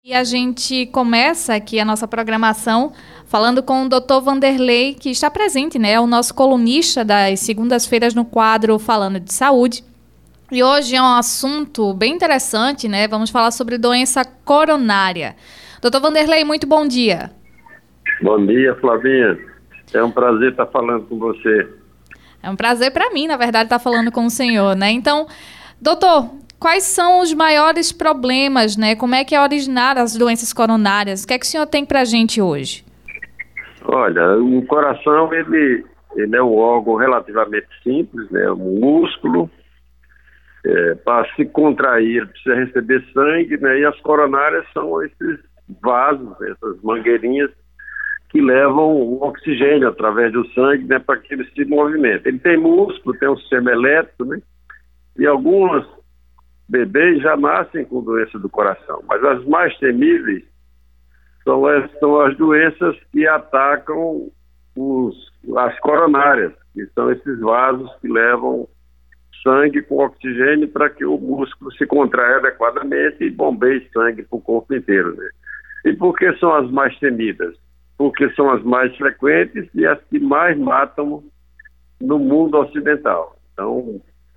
E a gente começa aqui a nossa programação falando com o Dr. Vanderlei, que está presente, né? O nosso colunista das segundas-feiras no quadro Falando de Saúde. E hoje é um assunto bem interessante, né? Vamos falar sobre doença coronária. Dr. Vanderlei, muito bom dia. Bom dia, Flavinha. É um prazer estar falando com você. É um prazer para mim, na verdade, estar falando com o senhor, né? Então, doutor, quais são os maiores problemas, né? Como é que é originar as doenças coronárias? O que é que o senhor tem para a gente hoje? Olha, o coração, ele é um órgão relativamente simples, né? Um músculo. Para se contrair, ele precisa receber sangue, né? E as coronárias são esses vasos, essas mangueirinhas que levam o oxigênio através do sangue, né? Para que ele se movimente. Ele tem músculo, tem um sistema elétrico, né? E alguns bebês já nascem com doença do coração, mas as mais temíveis são as doenças que atacam as coronárias, que são esses vasos que levam sangue com oxigênio para que o músculo se contraia adequadamente e bombeie sangue para o corpo inteiro, né? E por que são as mais temidas? Porque são as mais frequentes e as que mais matam no mundo ocidental. Então,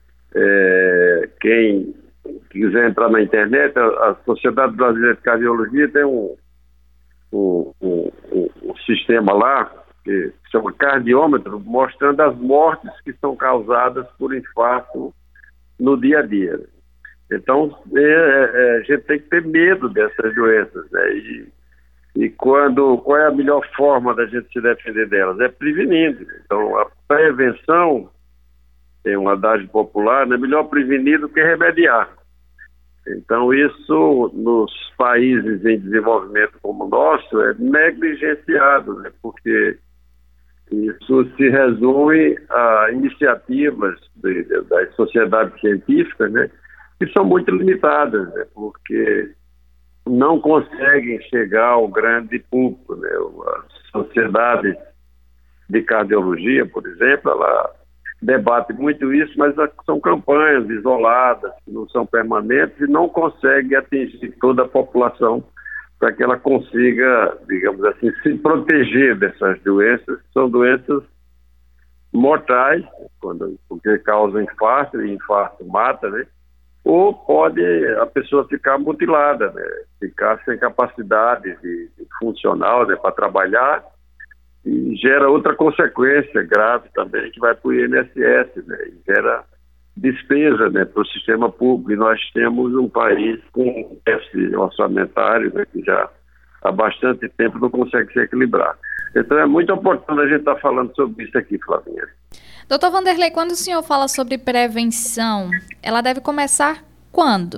quem quiser entrar na internet, a Sociedade Brasileira de Cardiologia tem um sistema lá que se chama cardiômetro, mostrando as mortes que são causadas por infarto no dia a dia. Então, a gente tem que ter medo dessas doenças, né? E qual é a melhor forma da gente se defender delas? É prevenindo. Então, a prevenção, tem um adágio popular, é melhor prevenir do que remediar. Então, isso nos países em desenvolvimento como o nosso é negligenciado, né? Porque isso se resume a iniciativas das sociedades científicas, né? Que são muito limitadas, né? Porque não conseguem chegar ao grande público, né? As sociedades de cardiologia, por exemplo, ela debate muito isso, mas são campanhas isoladas, que não são permanentes e não conseguem atingir toda a população para que ela consiga, digamos assim, se proteger dessas doenças, que são doenças mortais, porque causam infarto, e infarto mata, né? Ou pode a pessoa ficar mutilada, né? Ficar sem capacidade de funcional, né, para trabalhar, e gera outra consequência grave também, que vai para o INSS, né? E gera despesa, né, para o sistema público. E nós temos um país com déficit orçamentário, né, que já há bastante tempo não consegue se equilibrar. Então é muito importante a gente estar falando sobre isso aqui, Flavinha. Doutor Vanderlei, quando o senhor fala sobre prevenção, ela deve começar quando?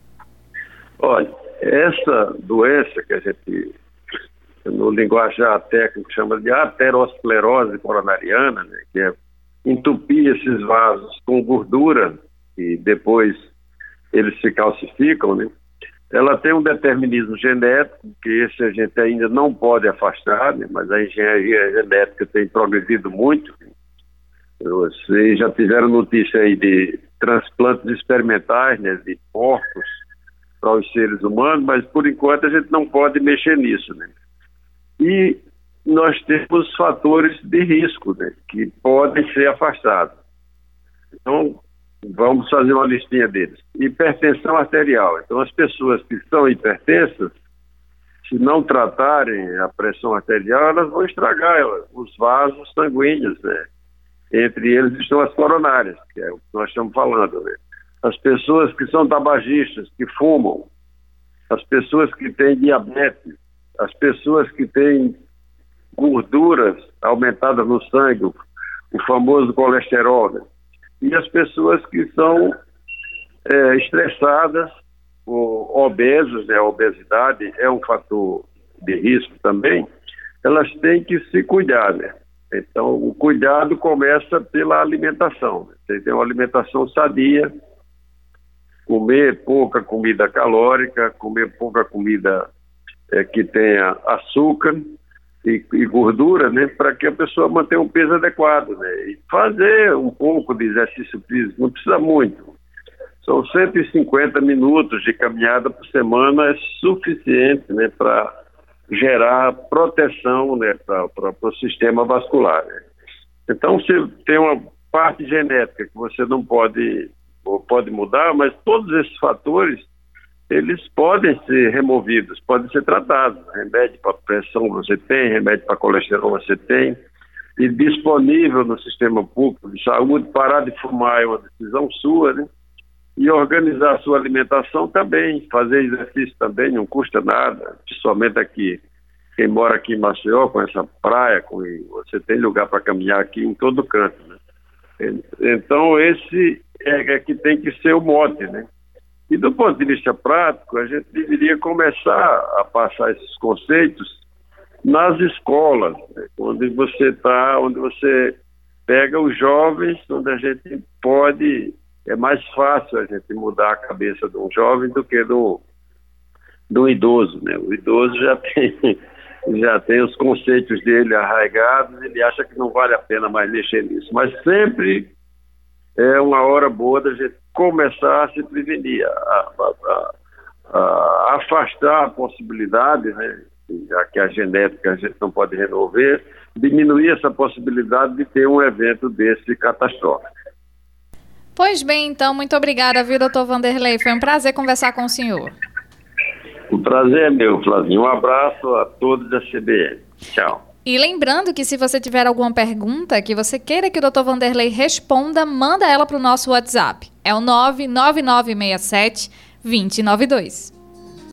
Olha, essa doença que a gente, no linguajar técnico, chama de aterosclerose coronariana, né, que é entupir esses vasos com gordura e depois eles se calcificam, né? Ela tem um determinismo genético, que esse a gente ainda não pode afastar, né? Mas a engenharia genética tem progredido muito. Vocês já tiveram notícia aí de transplantes experimentais, né, de porcos para os seres humanos, mas por enquanto a gente não pode mexer nisso, né? E nós temos fatores de risco, né, que podem ser afastados. Então, vamos fazer uma listinha deles. Hipertensão arterial. Então, as pessoas que são hipertensas, se não tratarem a pressão arterial, elas vão estragar os vasos sanguíneos, né? Entre eles estão as coronárias, que é o que nós estamos falando, né? As pessoas que são tabagistas, que fumam, as pessoas que têm diabetes, as pessoas que têm gorduras aumentadas no sangue, o famoso colesterol, né? E as pessoas que são estressadas ou obesas, né? A obesidade é um fator de risco também. Elas têm que se cuidar, né? Então, o cuidado começa pela alimentação, né? Você tem uma alimentação sadia, comer pouca comida calórica, comer pouca comida que tenha açúcar e gordura, né, para que a pessoa mantenha um peso adequado, né, e fazer um pouco de exercício físico, não precisa muito, São 150 minutos de caminhada por semana, é suficiente, né, para gerar proteção, né, para o sistema vascular. Né? Então, se tem uma parte genética que você não pode mudar, mas todos esses fatores, eles podem ser removidos, podem ser tratados. Remédio para pressão você tem, remédio para colesterol você tem, e disponível no sistema público de saúde. Parar de fumar é uma decisão sua, né? E organizar a sua alimentação também, fazer exercício também, não custa nada, principalmente aqui, quem mora aqui em Maceió, com essa praia, você tem lugar para caminhar aqui em todo canto, né? Então esse é que tem que ser o mote, né? E do ponto de vista prático, a gente deveria começar a passar esses conceitos nas escolas, né? Onde você pega os jovens, onde a gente pode... É mais fácil a gente mudar a cabeça de um jovem do que do idoso, né? O idoso já tem os conceitos dele arraigados, ele acha que não vale a pena mais mexer nisso. Mas sempre é uma hora boa da gente começar a se prevenir, a afastar a possibilidade, né? Já que a genética a gente não pode resolver, diminuir essa possibilidade de ter um evento desse catastrófico. Pois bem, então, muito obrigada, viu, doutor Vanderlei? Foi um prazer conversar com o senhor. O prazer é meu, Flavinho. Um abraço a todos da CBN. Tchau. E lembrando que se você tiver alguma pergunta que você queira que o doutor Vanderlei responda, manda ela para o nosso WhatsApp. É o 99967-2092.